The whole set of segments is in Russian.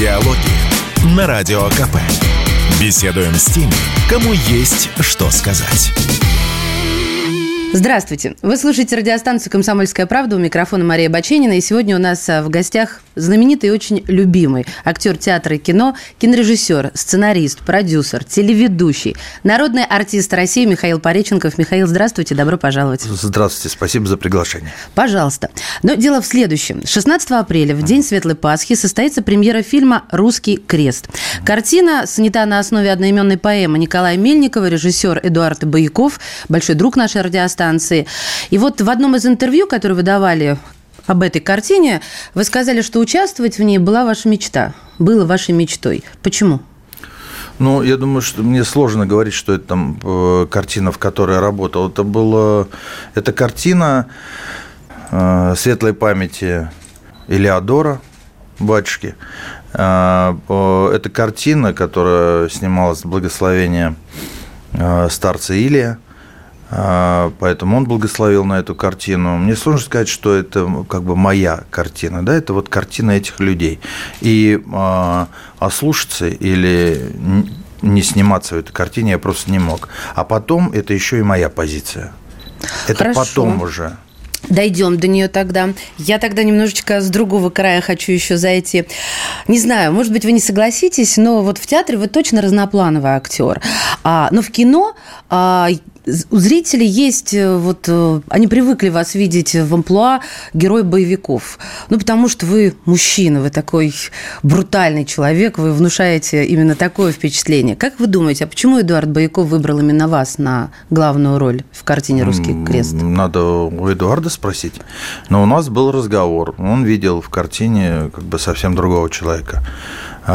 Диалоги на Радио КП. Беседуем с теми, кому есть что сказать. Здравствуйте. Вы слушаете радиостанцию «Комсомольская правда». У микрофона Мария Баченина. И сегодня у нас в гостях знаменитый и очень любимый актер театра и кино, кинорежиссер, сценарист, продюсер, телеведущий, народный артист России Михаил Пореченков. Михаил, здравствуйте, добро пожаловать. Здравствуйте, спасибо за приглашение. Пожалуйста. Но дело в следующем. 16 апреля, в день Светлой Пасхи, состоится премьера фильма «Русский крест». Картина снята на основе одноименной поэмы Николая Мельникова, режиссер Эдуард Бояков, большой друг нашей радиостанции. И вот в одном из интервью, которое вы давали об этой картине, вы сказали, что участвовать в ней была ваша мечта, было вашей мечтой. Почему? Ну, я думаю, что мне сложно говорить, что это там картина, в которой я работал. Это картина светлой памяти Элеодора, батюшки. Это картина, которая снималась с благословения старца Илия. Поэтому он благословил на эту картину. Мне сложно сказать, что это как бы моя картина, да, это вот картина этих людей. И ослушаться или не сниматься в этой картине я просто не мог. А потом это еще и моя позиция. Это хорошо. Потом уже. Дойдем до нее тогда. Я тогда немножечко с другого края хочу еще зайти. Не знаю, может быть, вы не согласитесь, но вот в театре вы точно разноплановый актер. Но в кино у зрителей есть, они привыкли вас видеть в амплуа героя боевиков. Потому что вы мужчина, вы такой брутальный человек, вы внушаете именно такое впечатление. Как вы думаете, а почему Эдуард Бояков выбрал именно вас на главную роль в картине «Русский крест»? Надо у Эдуарда спросить. Но у нас был разговор. Он видел в картине как бы совсем другого человека. У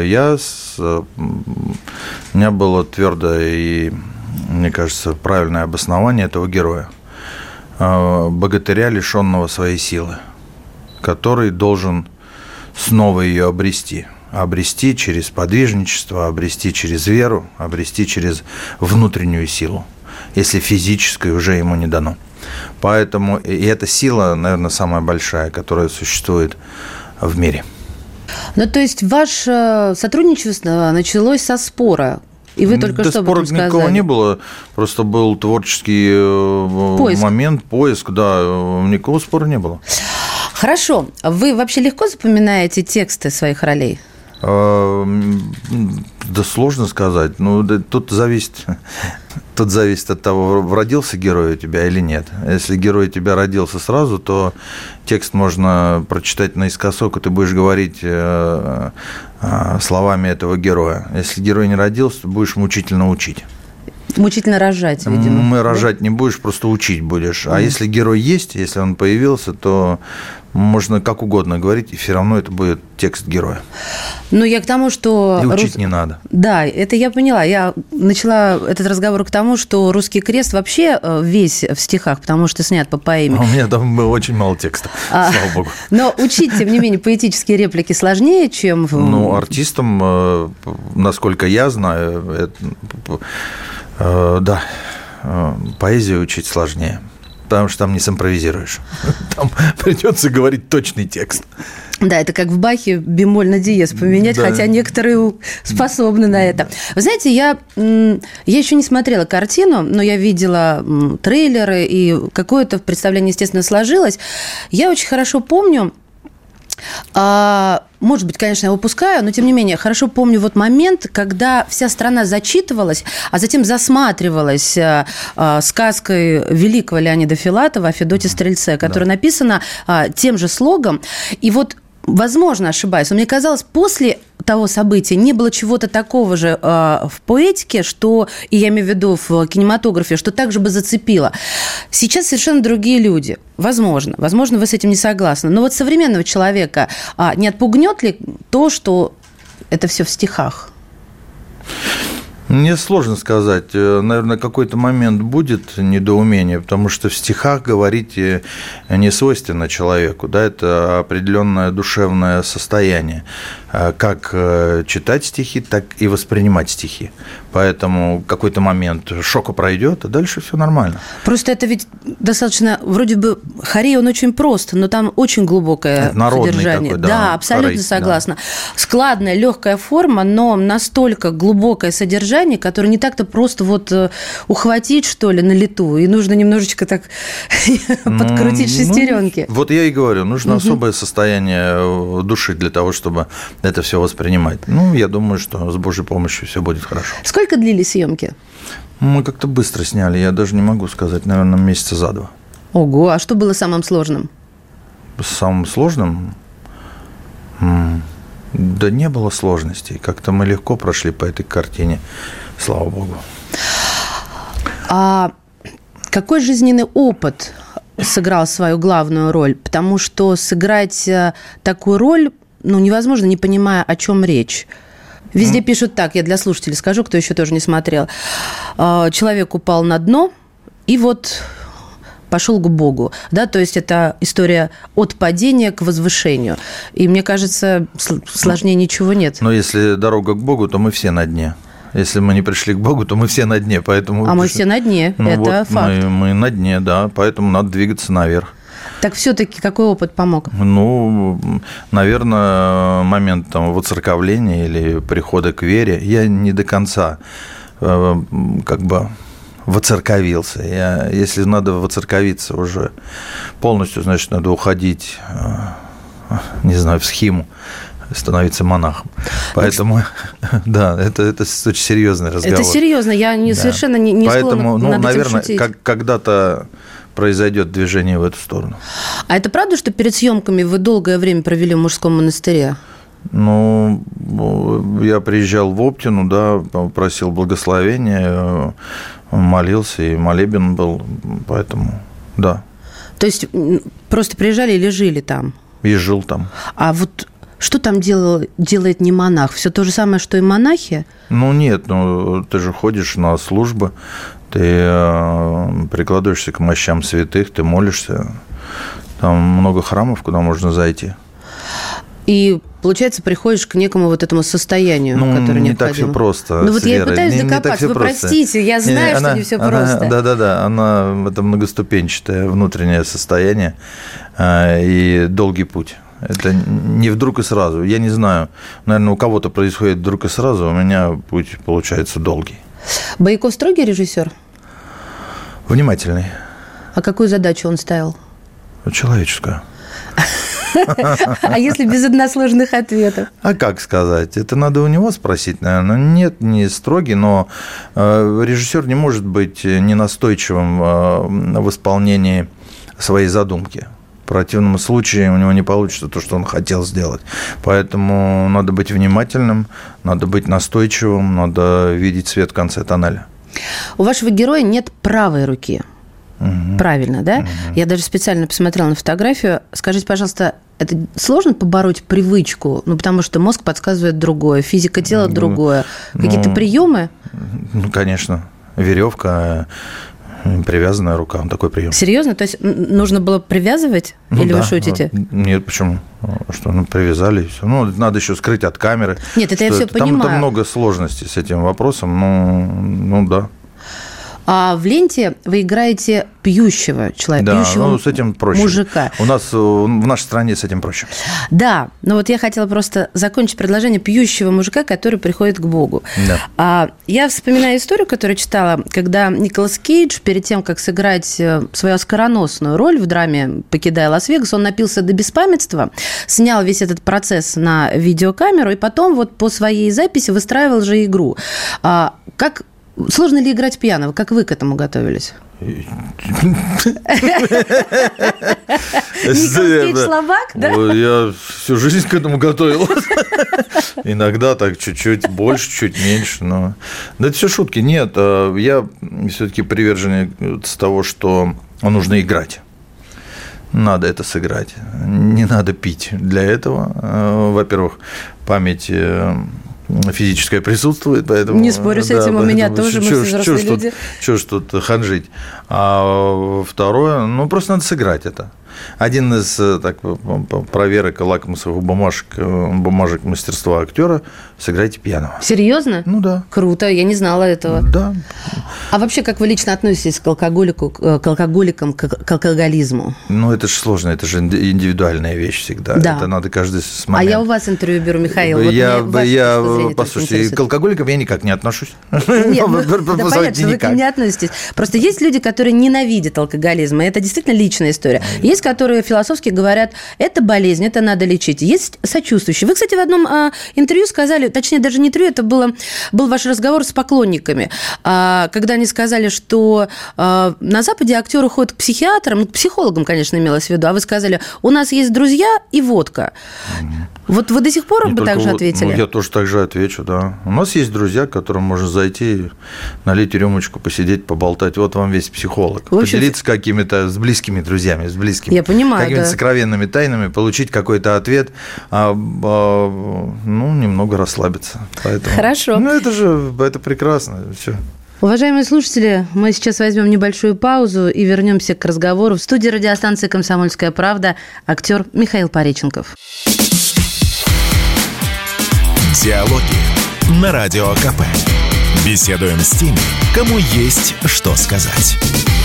меня было твердое и, мне кажется, правильное обоснование этого героя. Богатыря, лишенного своей силы, который должен снова ее обрести. Обрести через подвижничество, обрести через веру, обрести через внутреннюю силу, если физической уже ему не дано. Поэтому и эта сила, наверное, самая большая, которая существует в мире. То есть ваше сотрудничество началось со спора. И вы только что об этом сказали. Никакого не было, просто был творческий момент, поиск, да, никакого спора не было. Хорошо. Вы вообще легко запоминаете тексты своих ролей? Да сложно сказать. Тут зависит от того, родился герой у тебя или нет. Если герой у тебя родился сразу, то текст можно прочитать наискосок, и ты будешь говорить словами этого героя. Если герой не родился, то будешь мучительно учить. Мучительно рожать, видимо. Рожать не будешь, просто учить будешь. А если герой есть, если он появился, то можно как угодно говорить, и все равно это будет текст героя. Я к тому, что... И учить не надо. Да, это я поняла. Я начала этот разговор к тому, что «Русский крест» вообще весь в стихах, потому что снят по поэме. У меня там было очень мало текста, слава богу. Но учить, тем не менее, поэтические реплики сложнее, чем... Артистам, насколько я знаю, да, поэзию учить сложнее, потому что там не симпровизируешь. Там придется говорить точный текст. Да, это как в Бахе бемоль на диез поменять, да. Хотя некоторые способны на это. Вы знаете, я еще не смотрела картину, но я видела трейлеры, и какое-то представление, естественно, сложилось. Я очень хорошо помню, может быть, конечно, я упускаю, но, тем не менее, хорошо помню момент, когда вся страна зачитывалась, а затем засматривалась сказкой великого Леонида Филатова о Федоте Стрельце, которая написана тем же слогом. И возможно, ошибаюсь, но мне казалось, после того события не было чего-то такого же в поэтике, что, и я имею в виду в кинематографе, что так же бы зацепило. Сейчас совершенно другие люди. Возможно, вы с этим не согласны. Но современного человека не отпугнет ли то, что это все в стихах? Мне сложно сказать. Наверное, какой-то момент будет недоумение, потому что в стихах говорить не свойственно человеку. Да? Это определенное душевное состояние. Как читать стихи, так и воспринимать стихи. Поэтому какой-то момент шока пройдет, а дальше все нормально. Просто это ведь достаточно, вроде бы, хорей, он очень прост, но там очень глубокое содержание. Такой, да, абсолютно хорей, согласна. Да. Складная, легкая форма, но настолько глубокое содержание, которое не так-то просто вот ухватить, что ли, на лету. И нужно немножечко так подкрутить шестеренки. Вот я и говорю, нужно особое состояние души для того, чтобы это все воспринимать. Я думаю, что с Божьей помощью все будет хорошо. Сколько длились съемки? Мы как-то быстро сняли, я даже не могу сказать, наверное, месяца за 2. Ого, а что было самым сложным? Самым сложным? Да не было сложностей. Как-то мы легко прошли по этой картине, слава Богу. А какой жизненный опыт сыграл свою главную роль? Потому что сыграть такую роль невозможно, не понимая, о чем речь. Везде пишут так, я для слушателей скажу, кто еще тоже не смотрел. Человек упал на дно и вот пошел к Богу. Да? То есть это история от падения к возвышению. И мне кажется, сложнее ничего нет. Но если дорога к Богу, то мы все на дне. Если мы не пришли к Богу, то мы все на дне. Поэтому... мы все на дне, это факт. Мы на дне, да, поэтому надо двигаться наверх. Так все-таки какой опыт помог? Наверное, момент воцерковления или прихода к вере. Я не до конца воцерковился. Если надо воцерковиться уже полностью, значит, надо уходить, не знаю, в схиму, становиться монахом. Поэтому, да, это очень серьезный разговор. Это серьезно, я совершенно не Поэтому, склонна над этим шутить. Наверное, когда-то произойдет движение в эту сторону. А это правда, что перед съемками вы долгое время провели в мужском монастыре? Я приезжал в Оптину, да, просил благословения, молился, и молебен был, поэтому, да. То есть просто приезжали или жили там? И жил там. А вот что там делает не монах? Все то же самое, что и монахи? Нет, ты же ходишь на службы, ты прикладываешься к мощам святых, ты молишься. Там много храмов, куда можно зайти. И, получается, приходишь к некому вот этому состоянию, которое необходимо. Не так все просто. Я пытаюсь докопаться. Вы простите, я знаю, что не все просто. Да. Это многоступенчатое внутреннее состояние и долгий путь. Это не вдруг и сразу. Я не знаю. Наверное, у кого-то происходит вдруг и сразу, у меня путь получается долгий. Бояков строгий режиссер? Внимательный. А какую задачу он ставил? Человеческую. А если без односложных ответов? А как сказать? Это надо у него спросить, наверное. Нет, не строгий, но режиссер не может быть ненастойчивым в исполнении своей задумки. В противном случае у него не получится то, что он хотел сделать. Поэтому надо быть внимательным, надо быть настойчивым, надо видеть свет в конце тоннеля. У вашего героя нет правой руки. Угу. Правильно, да? Угу. Я даже специально посмотрела на фотографию. Скажите, пожалуйста, это сложно побороть привычку? Потому что мозг подсказывает другое, физика тела другое. Какие-то приемы? Конечно. Веревка, привязанная рука, такой прием. Серьезно? То есть нужно было привязывать? Или вы шутите? Нет, почему? Что, привязали и все. Надо еще скрыть от камеры. Нет, это я все понимаю. Там много сложностей с этим вопросом, да. А в ленте вы играете пьющего человека, пьющего с этим проще. Мужика. У нас в нашей стране с этим проще. Да, но я хотела просто закончить предложение пьющего мужика, который приходит к Богу. Да. Я вспоминаю историю, которую читала, когда Николас Кейдж, перед тем, как сыграть свою оскароносную роль в драме «Покидая Лас-Вегас», он напился до беспамятства, снял весь этот процесс на видеокамеру и потом по своей записи выстраивал же игру. Сложно ли играть пьяного? Как вы к этому готовились? Николас Кейдж слабак, да? Я всю жизнь к этому готовился. Иногда так чуть-чуть больше, чуть меньше. Но это все шутки. Нет, я все-таки приверженец того, что нужно играть. Надо это сыграть. Не надо пить для этого. Во-первых, память физическое присутствует, поэтому... Не спорю с этим, у меня тоже, мы все взрослые люди. Чего ж тут ханжить? А второе, просто надо сыграть это. Один из проверок лакмусовых бумажек мастерства актера – сыграйте пьяного. Серьезно? Ну да. Круто, я не знала этого. Да. А вообще, как вы лично относитесь к алкоголикам, к алкоголизму? Это же сложно, это же индивидуальная вещь всегда. Да. Это надо каждый с момента. А я у вас интервью беру, Михаил. Послушайте, к алкоголикам я никак не отношусь. Нет, да понятно, вы к ним не относитесь. Просто есть люди, которые ненавидят алкоголизм, и это действительно личная история. Есть, которые философски говорят, это болезнь, это надо лечить. Есть сочувствующие. Вы, кстати, в одном интервью сказали, точнее, даже не интервью, это был ваш разговор с поклонниками, когда они сказали, что на Западе актеры ходят к психиатрам, к психологам, конечно, имелось в виду, а вы сказали, у нас есть друзья и водка. Вот вы до сих пор бы так же ответили? Я тоже так же отвечу, да. У нас есть друзья, к которым можно зайти, налить рюмочку, посидеть, поболтать. Вот вам весь психолог. Поделиться какими-то с близкими друзьями, с близкими. Я понимаю, какими-то сокровенными тайнами, получить какой-то ответ, немного расслабиться. Поэтому, хорошо. Это прекрасно. Все. Уважаемые слушатели, мы сейчас возьмем небольшую паузу и вернемся к разговору. В студии радиостанции «Комсомольская правда» актер Михаил Пореченков. Диалоги на Радио КП. Беседуем с теми, кому есть что сказать.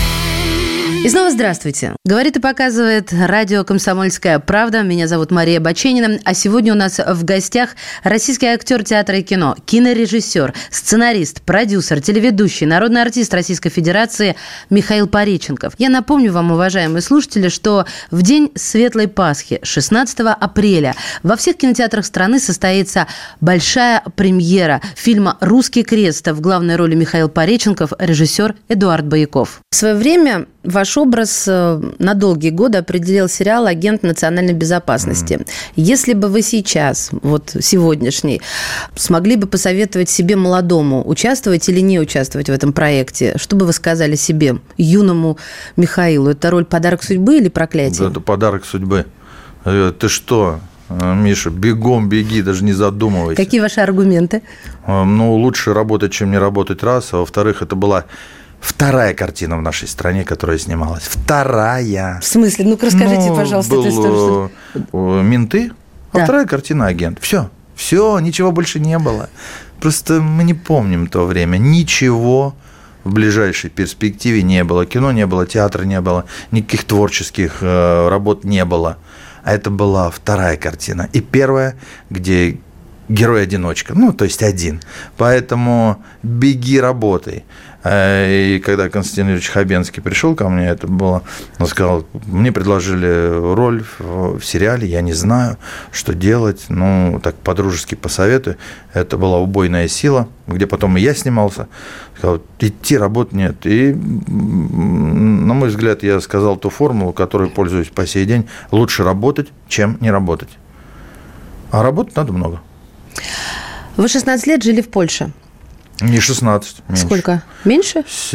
И снова здравствуйте. Говорит и показывает радио «Комсомольская правда». Меня зовут Мария Баченина. А сегодня у нас в гостях российский актер театра и кино, кинорежиссер, сценарист, продюсер, телеведущий, народный артист Российской Федерации Михаил Пореченков. Я напомню вам, уважаемые слушатели, что в день Светлой Пасхи, 16 апреля, во всех кинотеатрах страны состоится большая премьера фильма «Русский крест». В главной роли Михаил Пореченков, режиссер Эдуард Бояков. В свое время ваш образ на долгие годы определил сериал «Агент национальной безопасности». Если бы вы сейчас, сегодняшний, смогли бы посоветовать себе молодому, участвовать или не участвовать в этом проекте, что бы вы сказали себе, юному Михаилу? Это роль подарок судьбы или проклятие? Это подарок судьбы. Ты что, Миша, бегом беги, даже не задумывайся. Какие ваши аргументы? Лучше работать, чем не работать, раз. А во-вторых, это была... вторая картина в нашей стране, которая снималась. Вторая. В смысле? Ну-ка, расскажите, пожалуйста, эту историю. «Менты», а вторая картина «Агент». Все, ничего больше не было. Просто мы не помним то время. Ничего в ближайшей перспективе не было. Кино не было, театра не было, никаких творческих работ не было. А это была вторая картина. И первая, где герой-одиночка, то есть один. Поэтому беги, работай. И когда Константин Юрьевич Хабенский пришел ко мне, это было, он сказал, мне предложили роль в сериале, я не знаю, что делать, так по-дружески посоветую. Это была «Убойная сила», где потом и я снимался. Сказал, идти работать нет. И, на мой взгляд, я сказал ту формулу, которой пользуюсь по сей день: лучше работать, чем не работать. А работать надо много. Вы 16 лет жили в Польше? Не 16, меньше. Сколько? Меньше? С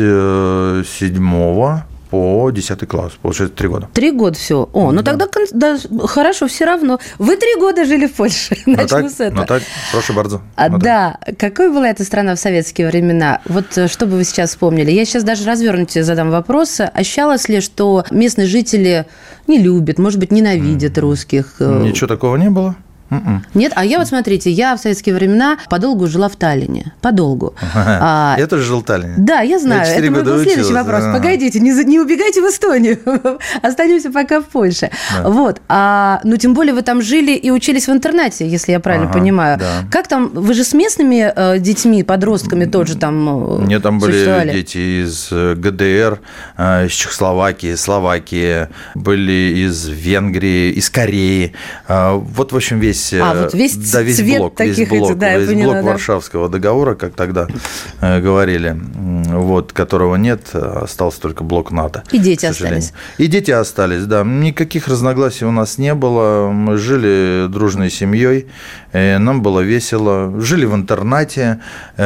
7 по 10 класс, получается 3 года. 3 года всего. Тогда хорошо, все равно. Вы 3 года жили в Польше. Начну с этого. Так, прошу bardzo. Да. Какой была эта страна в советские времена? Что бы вы сейчас вспомнили? Я сейчас даже развернуто задам вопрос. Ощущалось ли, что местные жители не любят, может быть, ненавидят русских? Ничего такого не было. Нет? А я смотрите, я в советские времена подолгу жила в Таллине. Подолгу. Я тоже жил в Таллине. Да, я знаю. Это был следующий вопрос. Погодите, не убегайте в Эстонию. Останемся пока в Польше. Да. Тем более вы там жили и учились в интернате, если я правильно понимаю. Да. Как там? Вы же с местными детьми, подростками тоже там Нет, там были дети из ГДР, из Чехословакии, Словакии, были из Венгрии, из Кореи. В общем, весь блок Варшавского договора, как тогда говорили, которого нет, остался только блок НАТО. И дети остались. И дети остались, да. Никаких разногласий у нас не было. Мы жили дружной семьей, нам было весело. Жили в интернате,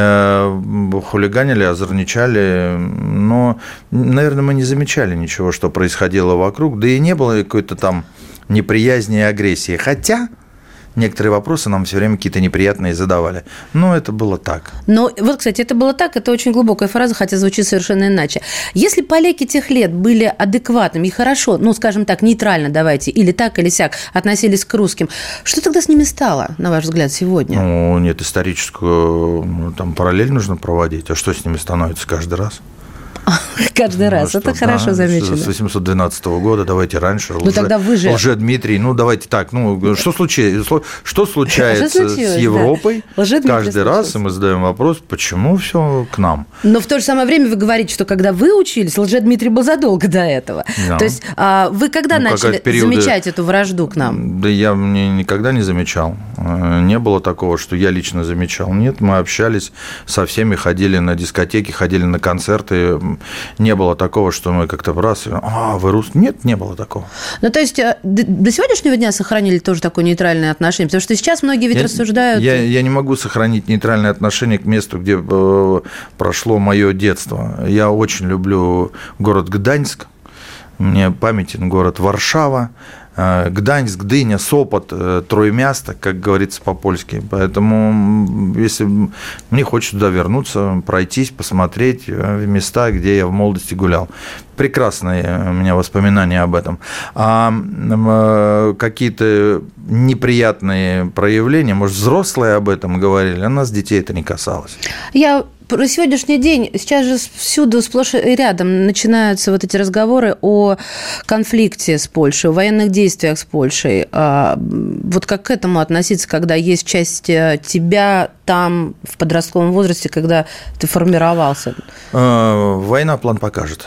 хулиганили, озорничали, но, наверное, мы не замечали ничего, что происходило вокруг, да и не было какой-то там неприязни и агрессии. Хотя некоторые вопросы нам все время какие-то неприятные задавали. Но это было так. Но вот, кстати, это было так, это очень глубокая фраза, хотя звучит совершенно иначе. Если поляки тех лет были адекватными и хорошо, ну, скажем так, нейтрально давайте, или так, или сяк, относились к русским, что тогда с ними стало, на ваш взгляд, сегодня? Ну, нет, историческую там параллель нужно проводить. А что с ними становится каждый раз? Каждый раз. Это хорошо замечено. С 812 года, давайте раньше. Тогда вы же... Лжедмитрий, давайте так. Что случается с Европой? Каждый раз, и мы задаем вопрос, почему все к нам? Но в то же самое время вы говорите, что когда вы учились, Лжедмитрий был задолго до этого. Да. То есть вы когда начали замечать эту вражду к нам? Да я никогда не замечал. Не было такого, что я лично замечал. Нет, мы общались со всеми, ходили на дискотеки, ходили на концерты. Не было такого, что мы как-то раз... вы русский? Нет, не было такого. Ну, то есть до сегодняшнего дня сохранили тоже такое нейтральное отношение? Потому что сейчас многие ведь рассуждают... Я не могу сохранить нейтральное отношение к месту, где прошло мое детство. Я очень люблю город Гданьск. Мне памятен город Варшава. Гданьск, Гдыня, Сопот, Троемясто, как говорится по-польски. Поэтому, если мне хочется туда вернуться, пройтись, посмотреть в места, где я в молодости гулял. Прекрасные у меня воспоминания об этом. А какие-то неприятные проявления, может, взрослые об этом говорили, а нас, детей, это не касалось. Я про сегодняшний день, сейчас же всюду сплошь и рядом начинаются вот эти разговоры о конфликте с Польшей, о военных действиях с Польшей. Вот как к этому относиться, когда есть часть тебя там в подростковом возрасте, когда ты формировался? Война план покажет.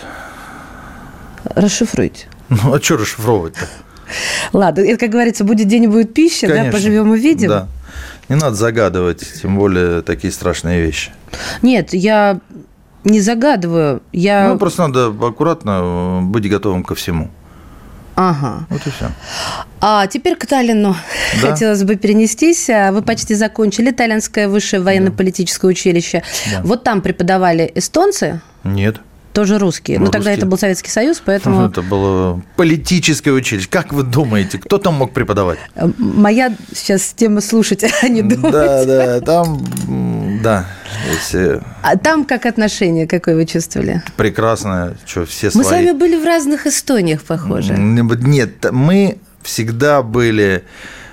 Расшифруйте. Ну, а что расшифровывать-то? Ладно, это, как говорится, будет день и будет пища, конечно, да, поживем увидим. Да. Не надо загадывать, тем более такие страшные вещи. Нет, я не загадываю. Ну, просто надо аккуратно быть готовым ко всему. Ага. Вот и все. А теперь к Таллину хотелось бы перенестись. Вы почти закончили Таллинское высшее военно-политическое училище. Да. Вот там преподавали эстонцы? Нет. Тоже русские. Но тогда это был Советский Союз, поэтому... Это было политическое училище. Как вы думаете, кто там мог преподавать? Моя сейчас тема слушать, а не думать. Да, там... Да. А там как отношение, какое вы чувствовали? Прекрасное. Все свои. Мы с вами были в разных Эстониях, похоже. Нет, мы всегда были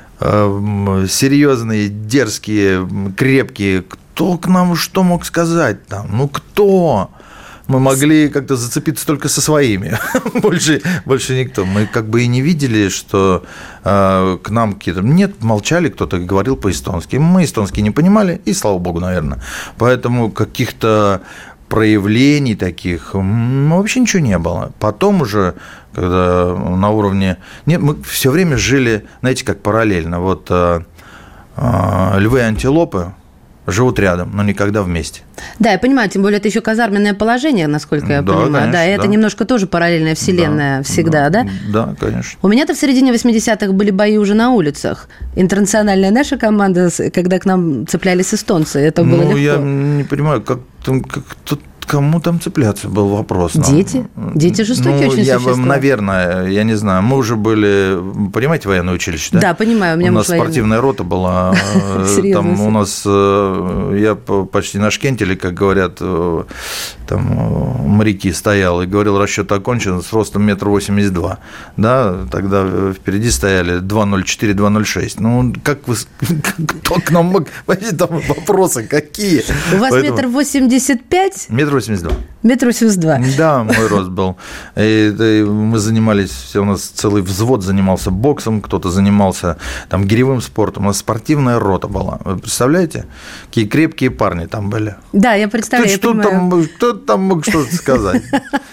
серьезные, дерзкие, крепкие. Кто к нам что мог сказать там? Ну, кто? Мы могли как-то зацепиться только со своими, больше никто. Мы как бы и не видели, что к нам какие-то... Нет, молчали, кто-то говорил по-эстонски. Мы эстонский не понимали, и слава богу, наверное. Поэтому каких-то проявлений таких вообще ничего не было. Потом уже, когда на уровне... Нет, мы все время жили, знаете, как параллельно. Вот львы и антилопы живут рядом, но никогда вместе. Да, я понимаю, тем более это еще казарменное положение, насколько я понимаю. Конечно, да, это немножко тоже параллельная вселенная всегда, да? Да, конечно. У меня-то в середине 80-х были бои уже на улицах. Интернациональная наша команда, когда к нам цеплялись эстонцы, это было легко. Я не понимаю, как тут... Кому там цепляться, был вопрос. Дети? Дети жестокие очень существа. Наверное, я не знаю. Мы уже были, понимаете, военное училище, да? Да, понимаю. У нас спортивная рота была. Там у нас, я почти на шкентеле, как говорят, там моряки стоял и говорил, расчет окончен с ростом 1,82 м. Да, тогда впереди стояли 2,04, 2,06. Ну, как вы, кто к нам мог? Там вопросы какие? У вас 1,85 м? 1,82 м. 1,82 м. Да, мой рост был. И мы занимались, у нас целый взвод занимался боксом, кто-то занимался там гиревым спортом. У нас спортивная рота была. Вы представляете? Какие крепкие парни там были. Да, я представляю. Кто там мог что-то сказать?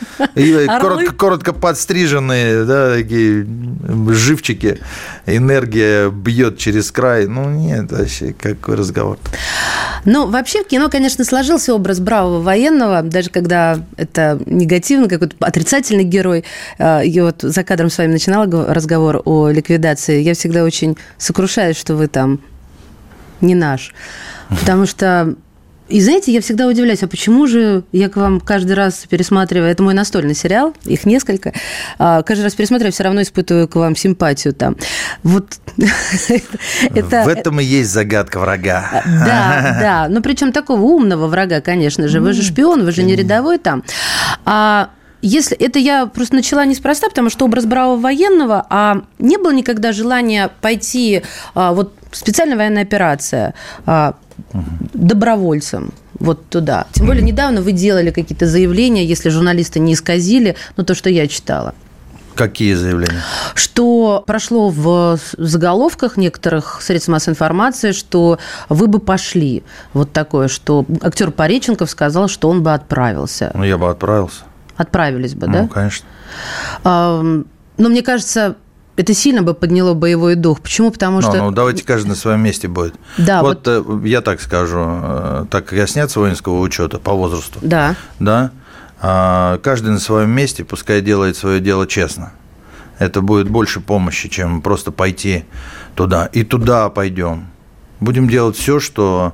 Коротко подстриженные, да, такие живчики. Энергия бьет через край. Ну, нет, вообще, какой разговор. Ну, вообще в кино, конечно, сложился образ бравого военного, даже когда это негативный, какой-то отрицательный герой. Я вот за кадром с вами начинала разговор о ликвидации. Я всегда очень сокрушаюсь, что вы там не наш. Потому что И знаете, я всегда удивляюсь, а почему же я к вам каждый раз пересматриваю, это мой настольный сериал, их несколько, каждый раз пересматриваю, все равно испытываю к вам симпатию там. Вот это... В этом и есть загадка врага. Да, но причем такого умного врага, конечно же. Вы же шпион, вы же не рядовой там. Если это я просто начала неспроста, потому что образ бравого военного, а не было никогда желания пойти, вот специальная военная операция, добровольцем вот туда. Тем более недавно вы делали какие-то заявления, если журналисты не исказили, но то, что я читала. Какие заявления? Что прошло в заголовках некоторых средств массовой информации, что вы бы пошли. Вот такое, что актер Пореченков сказал, что он бы отправился. Ну, я бы отправился. Отправились бы, да? Ну, конечно. Но мне кажется, это сильно бы подняло боевой дух. Почему? Потому что... Ну, давайте каждый на своем месте будет. Да, вот я так скажу, так как я снят с воинского учета по возрасту. Да. Да. Каждый на своем месте, пускай делает свое дело честно. Это будет больше помощи, чем просто пойти туда. И туда пойдем. Будем делать все, что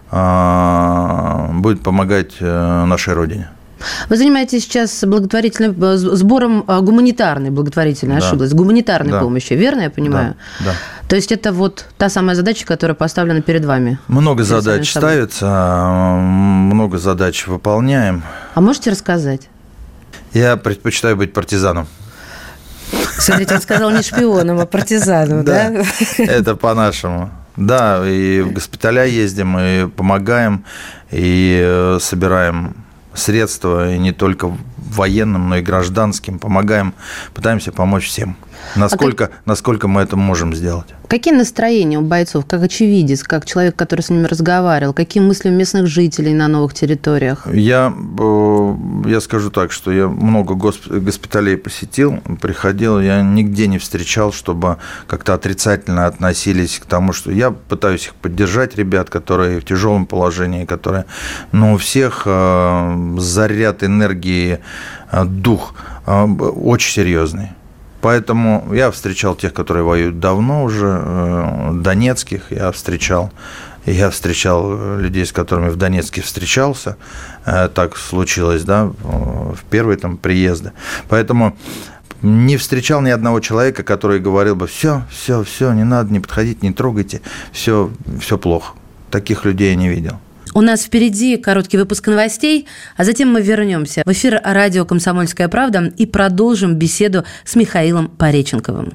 будет помогать нашей Родине. Вы занимаетесь сейчас благотворительным сбором гуманитарной, благотворительной, ошиблась, гуманитарной помощи, верно я понимаю? Да. То есть это вот та самая задача, которая поставлена перед вами? Много задач ставится, много задач выполняем. А можете рассказать? Я предпочитаю быть партизаном. Смотрите, он сказал не шпионом, а партизаном, да? Это по-нашему. Да, и в госпиталя ездим, и помогаем, и собираем средства, и не только военным, но и гражданским. Помогаем, пытаемся помочь всем. Насколько мы это можем сделать. Какие настроения у бойцов, как очевидец, как человек, который с ними разговаривал? Какие мысли у местных жителей на новых территориях? Я скажу так, что я много госпиталей посетил, приходил, я нигде не встречал, чтобы как-то отрицательно относились к тому, что я пытаюсь их поддержать, ребят, которые в тяжелом положении, которые, но у всех заряд энергии, дух очень серьезный. Поэтому я встречал тех, которые воюют давно уже, донецких я встречал людей, с которыми в Донецке встречался, так случилось, да, в первые там приезды. Поэтому не встречал ни одного человека, который говорил бы: все, не надо, не подходите, не трогайте, все плохо. Таких людей я не видел. У нас впереди короткий выпуск новостей, а затем мы вернемся в эфир радио «Комсомольская правда» и продолжим беседу с Михаилом Пореченковым.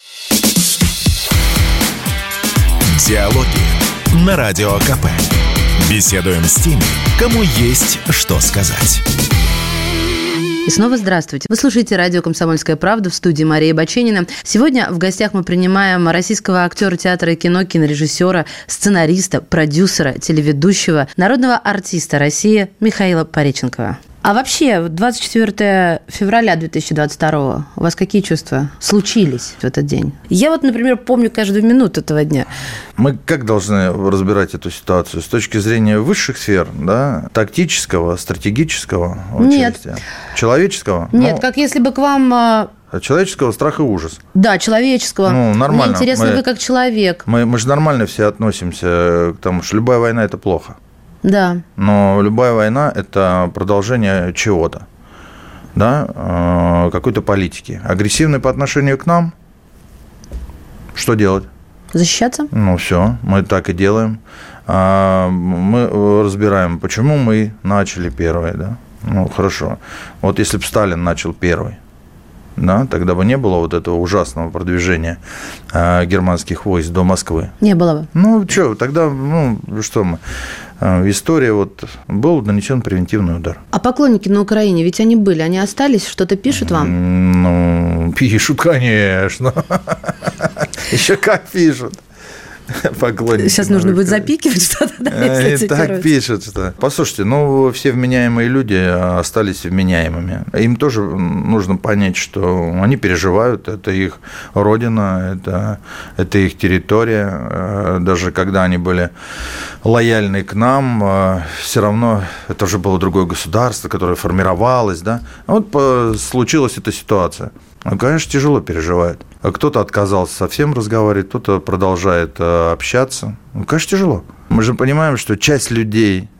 Диалоги на Радио КП. Беседуем с теми, кому есть что сказать. И снова здравствуйте. Вы слушаете радио «Комсомольская правда», в студии Мария Баченина. Сегодня в гостях мы принимаем российского актера театра и кино, кинорежиссера, сценариста, продюсера, телеведущего, народного артиста России Михаила Пореченкова. А вообще, 24 февраля 2022 у вас какие чувства случились в этот день? Я вот, например, помню каждую минуту этого дня. Мы как должны разбирать эту ситуацию? С точки зрения высших сфер, да, тактического, стратегического участия? Нет. Человеческого? Нет, как если бы к вам... Человеческого страх и ужас. Да, человеческого. Нормально. Мне интересно, вы как человек. Мы же нормально все относимся к тому, что любая война – это плохо. Да. Но любая война – это продолжение чего-то, да, какой-то политики. Агрессивной по отношению к нам что делать? Защищаться? Все, мы так и делаем. Мы разбираем, почему мы начали первые, да. Хорошо. Вот если бы Сталин начал первый, да, тогда бы не было вот этого ужасного продвижения германских войск до Москвы. Не было бы. Тогда, что мы... История, был нанесен превентивный удар. А поклонники на Украине, ведь они были, они остались, что-то пишут вам? Пишут, конечно. Еще как пишут. Поклонники. Сейчас нужно будет запикивать что-то, да, если и так пишут, что... Послушайте, все вменяемые люди остались вменяемыми. Им тоже нужно понять, что они переживают, это их родина, это их территория. Даже когда они были лояльны к нам, все равно это уже было другое государство, которое формировалось, да. Случилась эта ситуация. Конечно, тяжело переживает. Кто-то отказался совсем разговаривать, кто-то продолжает общаться. Конечно, тяжело. Мы же понимаем, что часть людей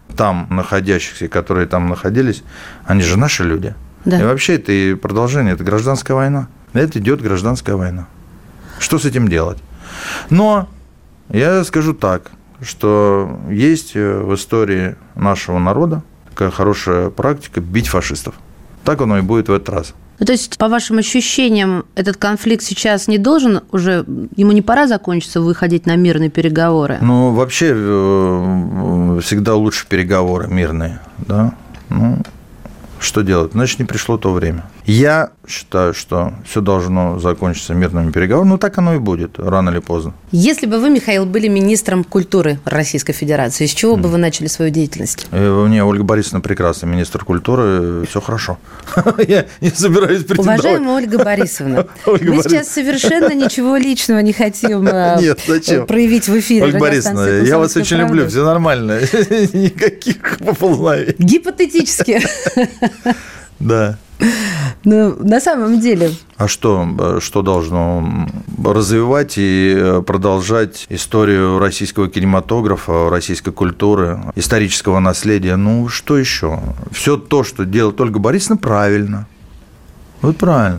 там находящихся, которые там находились, они же наши люди. Да. И вообще это и продолжение, это гражданская война. Это идет гражданская война. Что с этим делать? Но я скажу так, что есть в истории нашего народа такая хорошая практика бить фашистов. Так оно и будет в этот раз. Ну, то есть, по вашим ощущениям, этот конфликт сейчас не должен уже, ему не пора закончиться, выходить на мирные переговоры? Ну, вообще, всегда лучше переговоры мирные, да. Ну, что делать? Значит, не пришло то время. Я считаю, что все должно закончиться мирными переговорами. Ну, так оно и будет, рано или поздно. Если бы вы, Михаил, были министром культуры Российской Федерации, с чего бы вы начали свою деятельность? У меня Ольга Борисовна прекрасный министр культуры, все хорошо. Я не собираюсь претендовать. Уважаемая Ольга Борисовна, мы сейчас совершенно ничего личного не хотим проявить в эфире. Ольга Борисовна, я вас очень люблю, все нормально. Никаких поползновений. Гипотетически. Да. Ну, на самом деле. А что должно развивать и продолжать историю российского кинематографа, российской культуры, исторического наследия? Ну, что еще? Все то, что делает Ольга Борисовна, правильно. Вот правильно.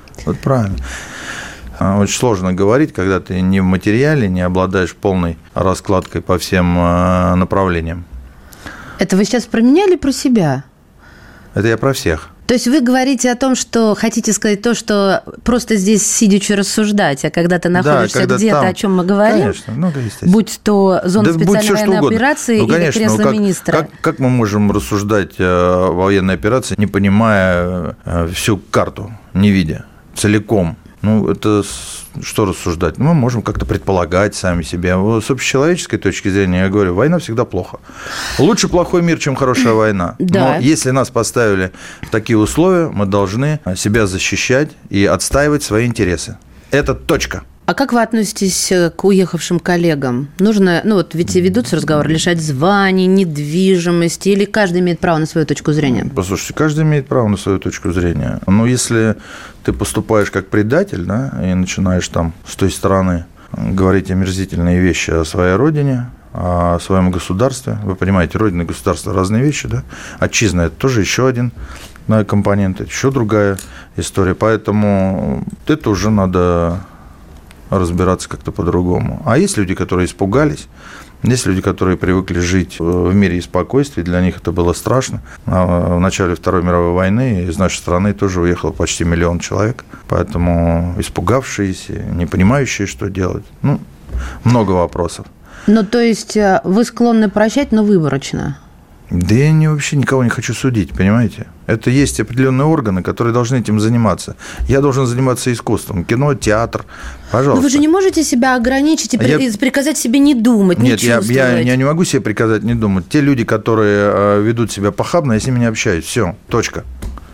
Очень сложно говорить, когда ты не в материале, не обладаешь полной раскладкой по всем направлениям. Это вы сейчас про меня или про себя? Это я про всех. То есть вы говорите о том, что хотите сказать то, что просто здесь сидячи рассуждать, а когда ты находишься где-то, там, о чем мы говорим, конечно, будь то зона специальной военной операции или кресло министра. Как мы можем рассуждать о военной операции, не понимая всю карту, не видя целиком? Ну, это что рассуждать? Мы можем как-то предполагать сами себя. С общечеловеческой точки зрения, я говорю, война всегда плохо. Лучше плохой мир, чем хорошая война. Да. Но если нас поставили в такие условия, мы должны себя защищать и отстаивать свои интересы. Это точка. А как вы относитесь к уехавшим коллегам? Нужно, ведь ведутся разговоры, лишать званий, недвижимости, или каждый имеет право на свою точку зрения? Послушайте, каждый имеет право на свою точку зрения. Но если ты поступаешь как предатель, да, и начинаешь там с той стороны говорить омерзительные вещи о своей родине, о своем государстве, вы понимаете, родина и государство – разные вещи, да? Отчизна – это тоже еще один компонент, это еще другая история. Поэтому это уже надо разбираться как-то по-другому. А есть люди, которые испугались, есть люди, которые привыкли жить в мире и спокойствии, для них это было страшно. В начале Второй мировой войны из нашей страны тоже уехало почти 1 миллион человек, поэтому испугавшиеся, не понимающие, что делать. Много вопросов. Ну, то есть вы склонны прощать, но выборочно? Да я вообще никого не хочу судить, понимаете? Это есть определенные органы, которые должны этим заниматься. Я должен заниматься искусством, кино, театр, пожалуйста. Но вы же не можете себя ограничить и приказать себе не думать, не чувствовать. Нет, я не могу себе приказать не думать. Те люди, которые ведут себя похабно, я с ними не общаюсь. Все, точка.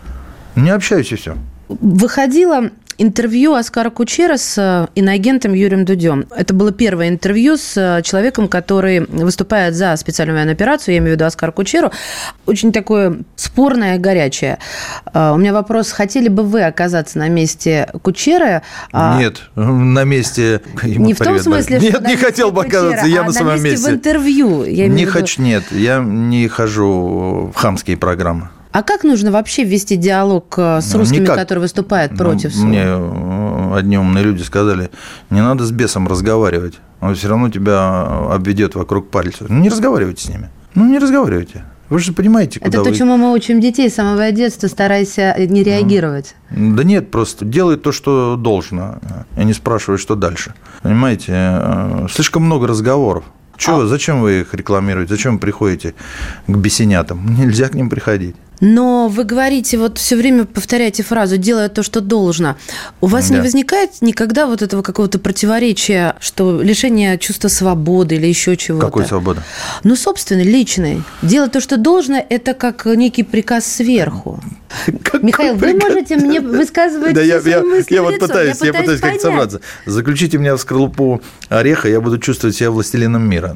Не общаюсь, и все. Выходило интервью Оскара Кучера с иноагентом Юрием Дудем. Это было первое интервью с человеком, который выступает за специальную военную операцию, я имею в виду Оскара Кучеру. Очень такое спорное, горячее. У меня вопрос, хотели бы вы оказаться на месте Кучера? Нет, на месте... Не в том смысле, что... Нет, не хотел бы оказаться, я на своем месте. В интервью. Не хочу, нет, я не хожу в хамские программы. А как нужно вообще вести диалог с русскими, которые выступают против? Мне одни умные люди сказали, не надо с бесом разговаривать, он все равно тебя обведет вокруг пальца. Не разговаривайте с ними. Не разговаривайте. Вы же понимаете, куда Это то, чему мы учим детей с самого детства, стараясь не реагировать. Да нет, просто делай то, что должно, и не спрашивай, что дальше. Понимаете, слишком много разговоров. Зачем вы их рекламируете? Зачем вы приходите к бесенятам? Нельзя к ним приходить. Но вы говорите, все время повторяете фразу «делая то, что должно». У вас не возникает никогда этого какого-то противоречия, что лишение чувства свободы или еще чего-то? Какой свободы? Собственно, личной. Делать то, что должно, это как некий приказ сверху. Михаил, вы можете мне высказывать свои мысли я пытаюсь как-то собраться. Заключите меня в скорлупу ореха, я буду чувствовать себя властелином мира.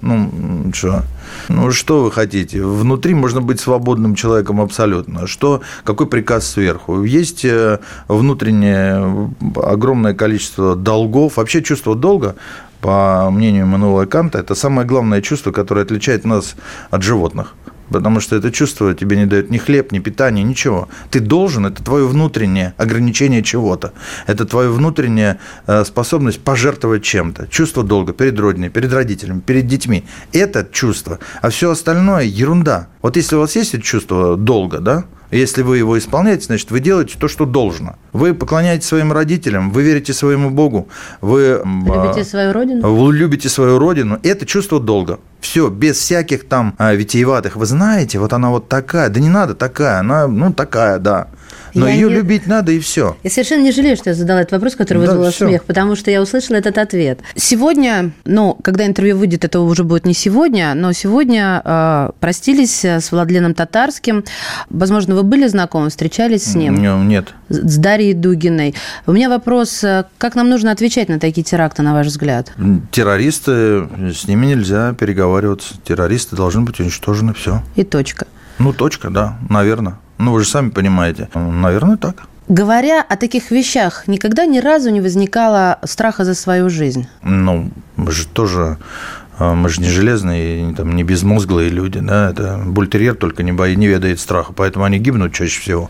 Что вы хотите? Внутри можно быть свободным человеком абсолютно. Какой приказ сверху? Есть внутреннее огромное количество долгов. Вообще чувство долга, по мнению Иммануэла Канта, это самое главное чувство, которое отличает нас от животных. потому что это чувство тебе не дает ни хлеб, ни питание, ничего. Ты должен, это твое внутреннее ограничение чего-то. Это твоя внутренняя способность пожертвовать чем-то. Чувство долга перед Родиной, перед родителями, перед детьми. Это чувство. А все остальное – ерунда. Вот если у вас есть это чувство долга, да, если вы его исполняете, значит, вы делаете то, что должно. Вы поклоняетесь своим родителям, вы верите своему Богу, вы любите свою родину. Вы любите свою родину. Это чувство долга. Все, без всяких там витиеватых. Вы знаете, вот она вот такая. Да не надо такая, она, такая, да. Но ее любить надо, и все. Я совершенно не жалею, что я задала этот вопрос, который вызвал смех, потому что я услышала этот ответ. Сегодня, когда интервью выйдет, это уже будет не сегодня, но сегодня простились с Владленом Татарским. Возможно, вы были знакомы, встречались с ним? Нет. С Дарьей Дугиной. У меня вопрос, как нам нужно отвечать на такие теракты, на ваш взгляд? Террористы, с ними нельзя переговариваться. Террористы должны быть уничтожены, все. И точка. Точка, да, наверное. Вы же сами понимаете. Наверное, так. Говоря о таких вещах, никогда ни разу не возникало страха за свою жизнь? Мы же тоже... Мы же не железные, не безмозглые люди. Да? Это бультерьер только не ведает страха, поэтому они гибнут чаще всего.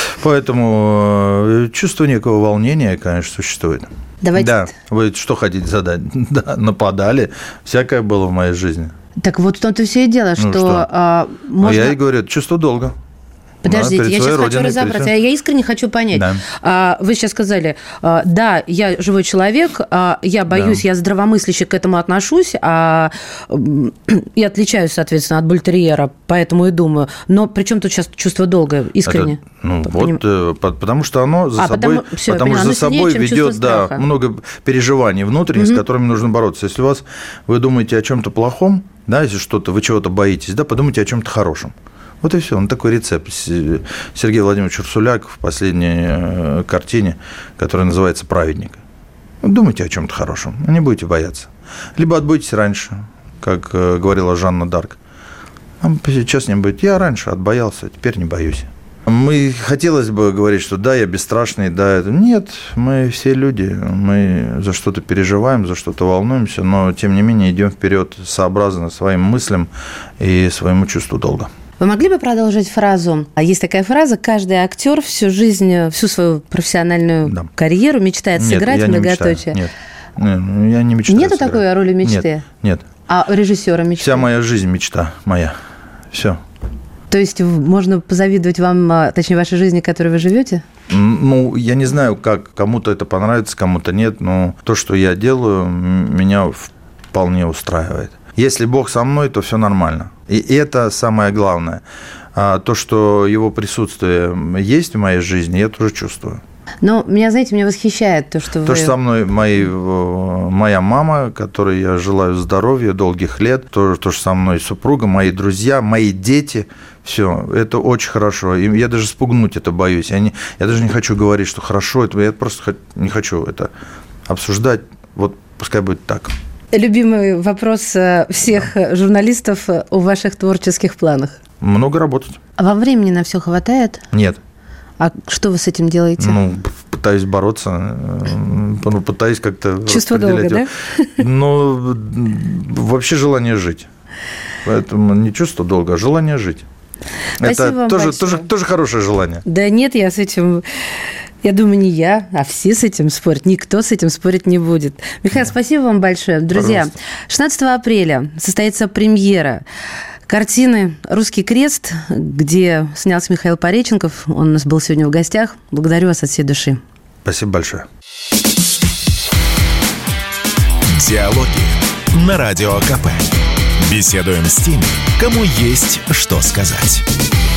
Поэтому чувство некого волнения, конечно, существует. Давайте... Да, вы что хотите задать? Да, нападали. Всякое было в моей жизни. Так вот в том-то все и дело, что... можно... Я и говорю, это чувство долга. Подождите, я сейчас хочу разобраться. Я искренне хочу понять. Да. Вы сейчас сказали, да, я живой человек, я боюсь, я здравомысляще к этому отношусь, и отличаюсь, соответственно, от бультерьера, поэтому и думаю. Но при чем тут сейчас чувство долга, искренне? Потому что оно за собой ведет много переживаний внутренних, с которыми нужно бороться. Если вы думаете о чем-то плохом, да, если вы чего-то боитесь, да, подумайте о чем-то хорошем. Вот и все. Он такой рецепт. Сергей Владимирович Урсуляк в последней картине, которая называется «Праведник». Думайте о чем-то хорошем, не будете бояться. Либо отбойтесь раньше, как говорила Жанна Дарк. Сейчас не будет. Я раньше отбоялся, теперь не боюсь. Хотелось бы говорить, что да, я бесстрашный, да, это... Нет, мы все люди, мы за что-то переживаем, за что-то волнуемся, но, тем не менее, идем вперед сообразно своим мыслям и своему чувству долга. Вы могли бы продолжить фразу? Есть такая фраза: каждый актер всю жизнь, всю свою профессиональную карьеру мечтает сыграть многоточие. Нет, я не мечтаю. Нету такой роли мечты? Нет. А режиссера мечты? Вся моя жизнь мечта моя. Все. То есть можно позавидовать вам, точнее, вашей жизни, которой вы живете? Я не знаю, как кому-то это понравится, кому-то нет, но то, что я делаю, меня вполне устраивает. Если Бог со мной, то все нормально. И это самое главное. А то, что его присутствие есть в моей жизни, я тоже чувствую. Но меня восхищает то, что вы... То, что со мной моя мама, которой я желаю здоровья, долгих лет, то, что со мной супруга, мои друзья, мои дети, все, это очень хорошо. И я даже спугнуть это боюсь. Я даже не хочу говорить, что хорошо, я просто не хочу это обсуждать. Вот пускай будет так. Любимый вопрос всех журналистов о ваших творческих планах? Много работать. А вам времени на все хватает? Нет. А что вы с этим делаете? Пытаюсь бороться, пытаюсь как-то... Чувство долга, да? Вообще желание жить. Поэтому не чувство долга, а желание жить. Спасибо это тоже хорошее желание. Да нет, я с этим... Я думаю, не я, а все с этим спорят. Никто с этим спорить не будет. Михаил, спасибо вам большое. Друзья, 16 апреля состоится премьера картины «Русский крест», где снялся Михаил Пореченков. Он у нас был сегодня в гостях. Благодарю вас от всей души. Спасибо большое. Диалоги на Радио КП. Беседуем с теми, кому есть что сказать.